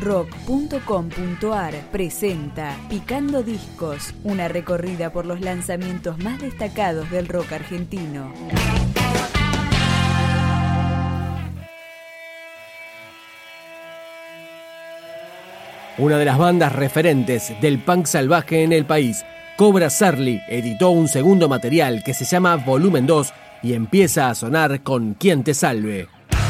rock.com.ar presenta Picando Discos, una recorrida por los lanzamientos más destacados del rock argentino. Una de las bandas referentes del punk salvaje en el país, Cobra Sarli, editó un segundo material que se llama Volumen 2 y empieza a sonar con Quien te salve.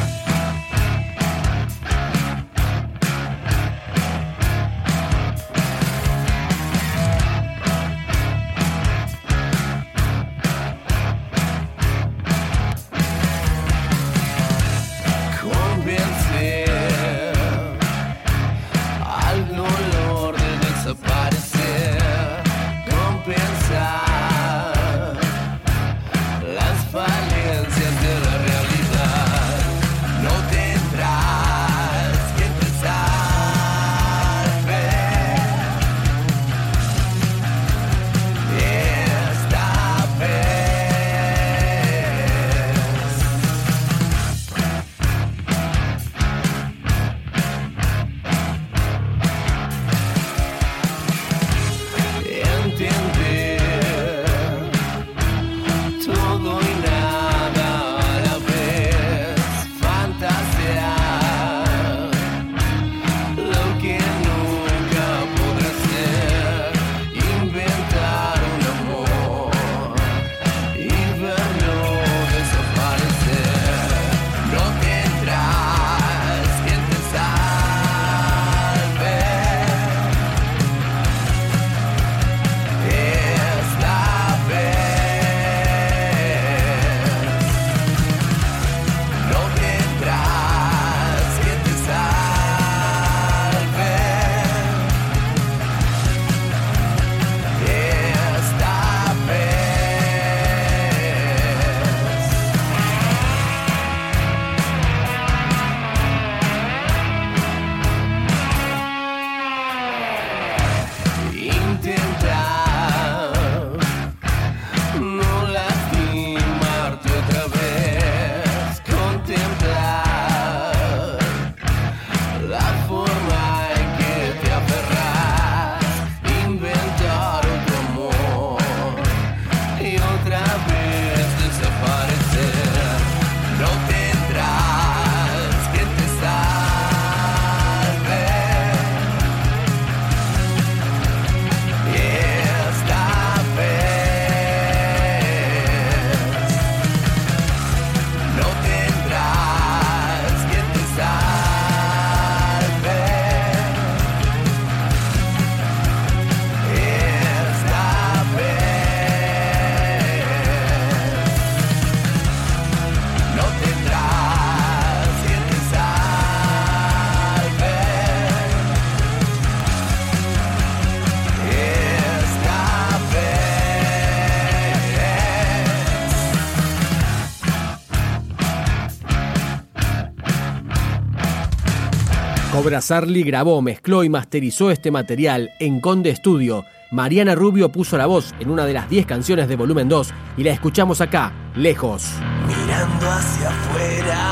Cobra Sarli grabó, mezcló y masterizó este material en Conde Studio. Mariana Rubio puso la voz en una de las 10 canciones de Volumen 2 y la escuchamos acá, lejos. Mirando hacia afuera,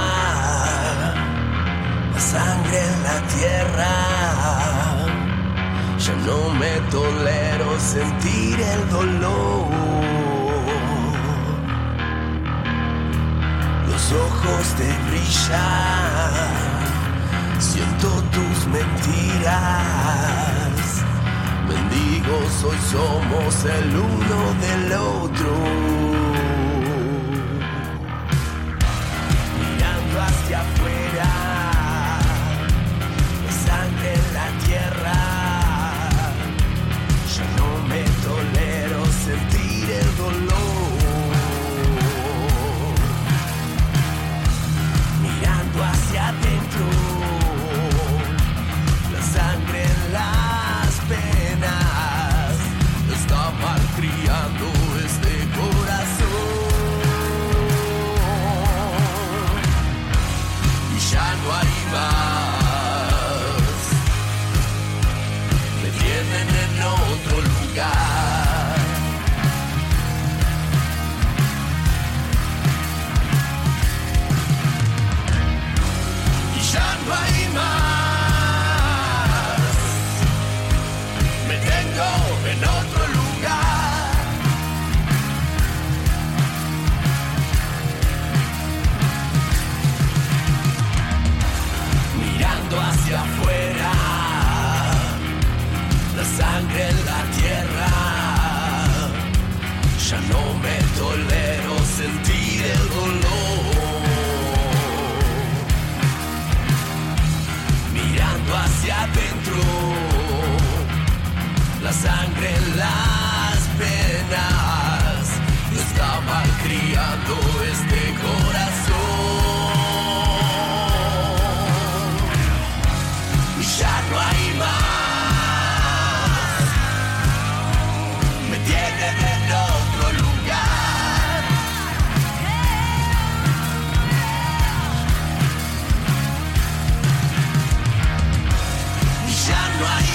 la sangre en la tierra. Ya no me tolero sentir el dolor. Los ojos te brillan. Siento tus mentiras, mendigos hoy somos el uno del otro. Mirando hacia afuera, la sangre en la tierra. Ya no me tolero sentir el dolor. Mirando hacia adentro, sangre en las penas está malcriando este corazón y ya no hay más. Me tienen en otro lugar. Y ya no hay más. adentro, la sangre en las venas, estaba criando este corazón. Y ya no hay más, me tienen en otro lugar. Y ya no hay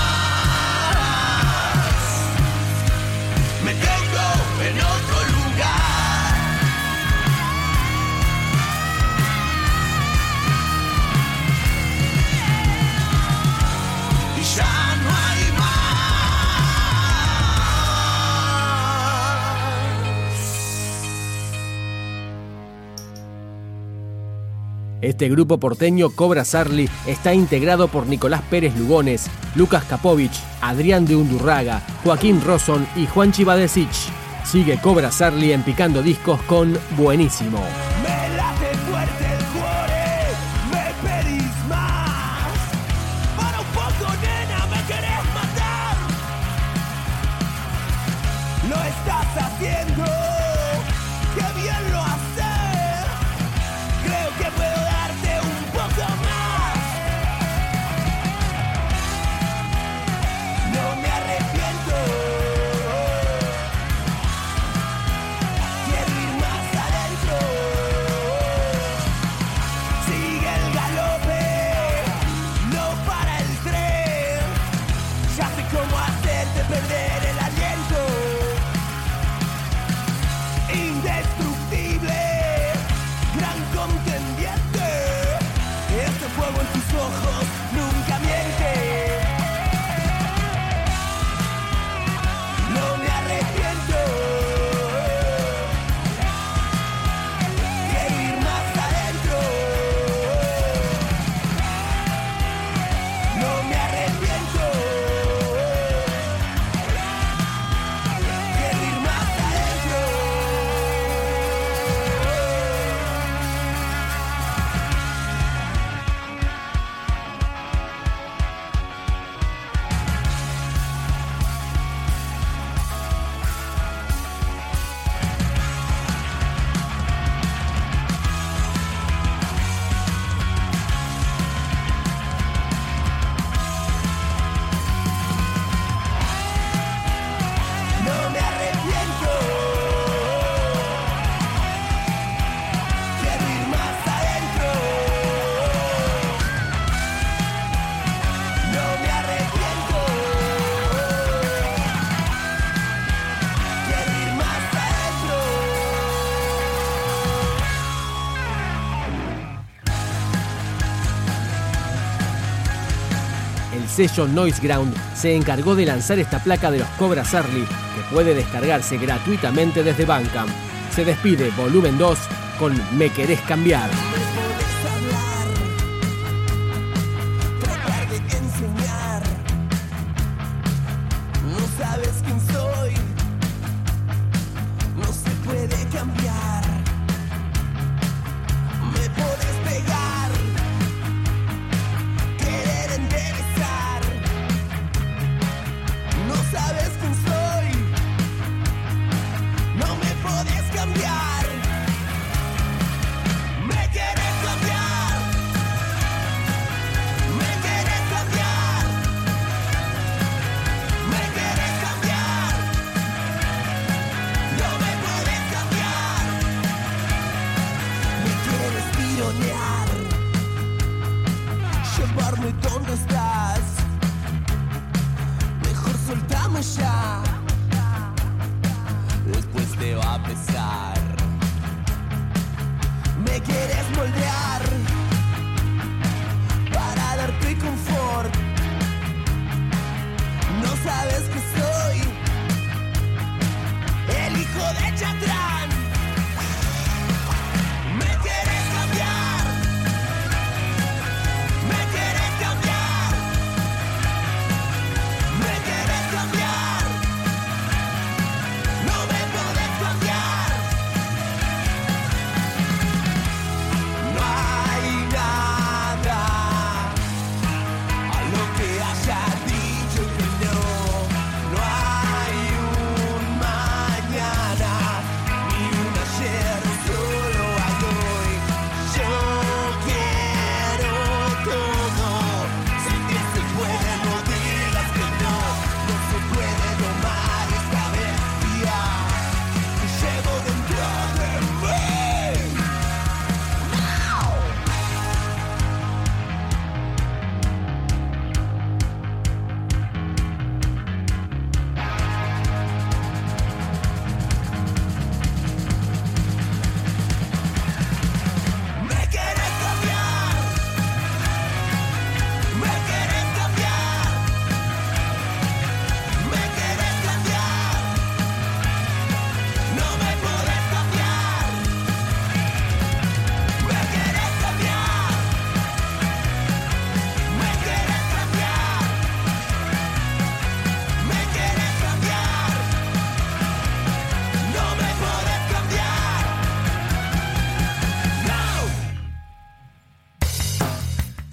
más, me tengo en otro lugar. Y ya no hay más. Este grupo porteño Cobra Sarli está integrado por Nicolás Pérez Lugones, Lucas Kapovich, Adrián de Undurraga, Joaquín Rosson y Juan Chivadesich. Sigue Cobra Sarli en Picando Discos con Buenísimo. Me late fuerte el cuore, me pedís más. Para un poco, nena, me querés matar. Lo estás haciendo, qué bien lo haces. Creo que puedo darte un poco más. No me arrepiento. Quiero ir más adentro. Sigue el galope, no para el tren. Ya sé cómo hacerte perder el aliento. Indestructible, gran contendiente. Este fuego en tus ojos nunca miente. No me arrepiento. Quiero ir más adentro. No me arrepiento. Quiero ir más adentro. No me arrepiento. Quiero ir más adentro. No me arrepiento. Quiero ir más adentro. El sello Noise Ground se encargó de lanzar esta placa de los Cobra Sarli, que puede descargarse gratuitamente desde Bandcamp. Se despide Volumen 2 con Me Querés Cambiar. Me podés hablar, tratar de enseñar. No sabes quién soy, no se puede cambiar. Me podés pegar, querer enderezar. No sabes quién soy, no me podés cambiar. Me querés cambiar, me querés cambiar, me querés cambiar. No me podés cambiar. Me quieres tironear, llevarme donde estás. Mejor soltame ya, después te va a pesar. Me quieres moldear para darte confort. No sabes que soy el hijo de Chatrán. Me quieres cambiar, me quieres cambiar, me quieres cambiar. No me podés cambiar. No hay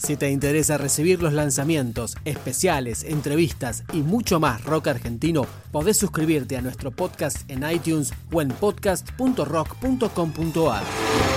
Si te interesa recibir los lanzamientos, especiales, entrevistas y mucho más rock argentino, podés suscribirte a nuestro podcast en iTunes o en podcast.rock.com.ar.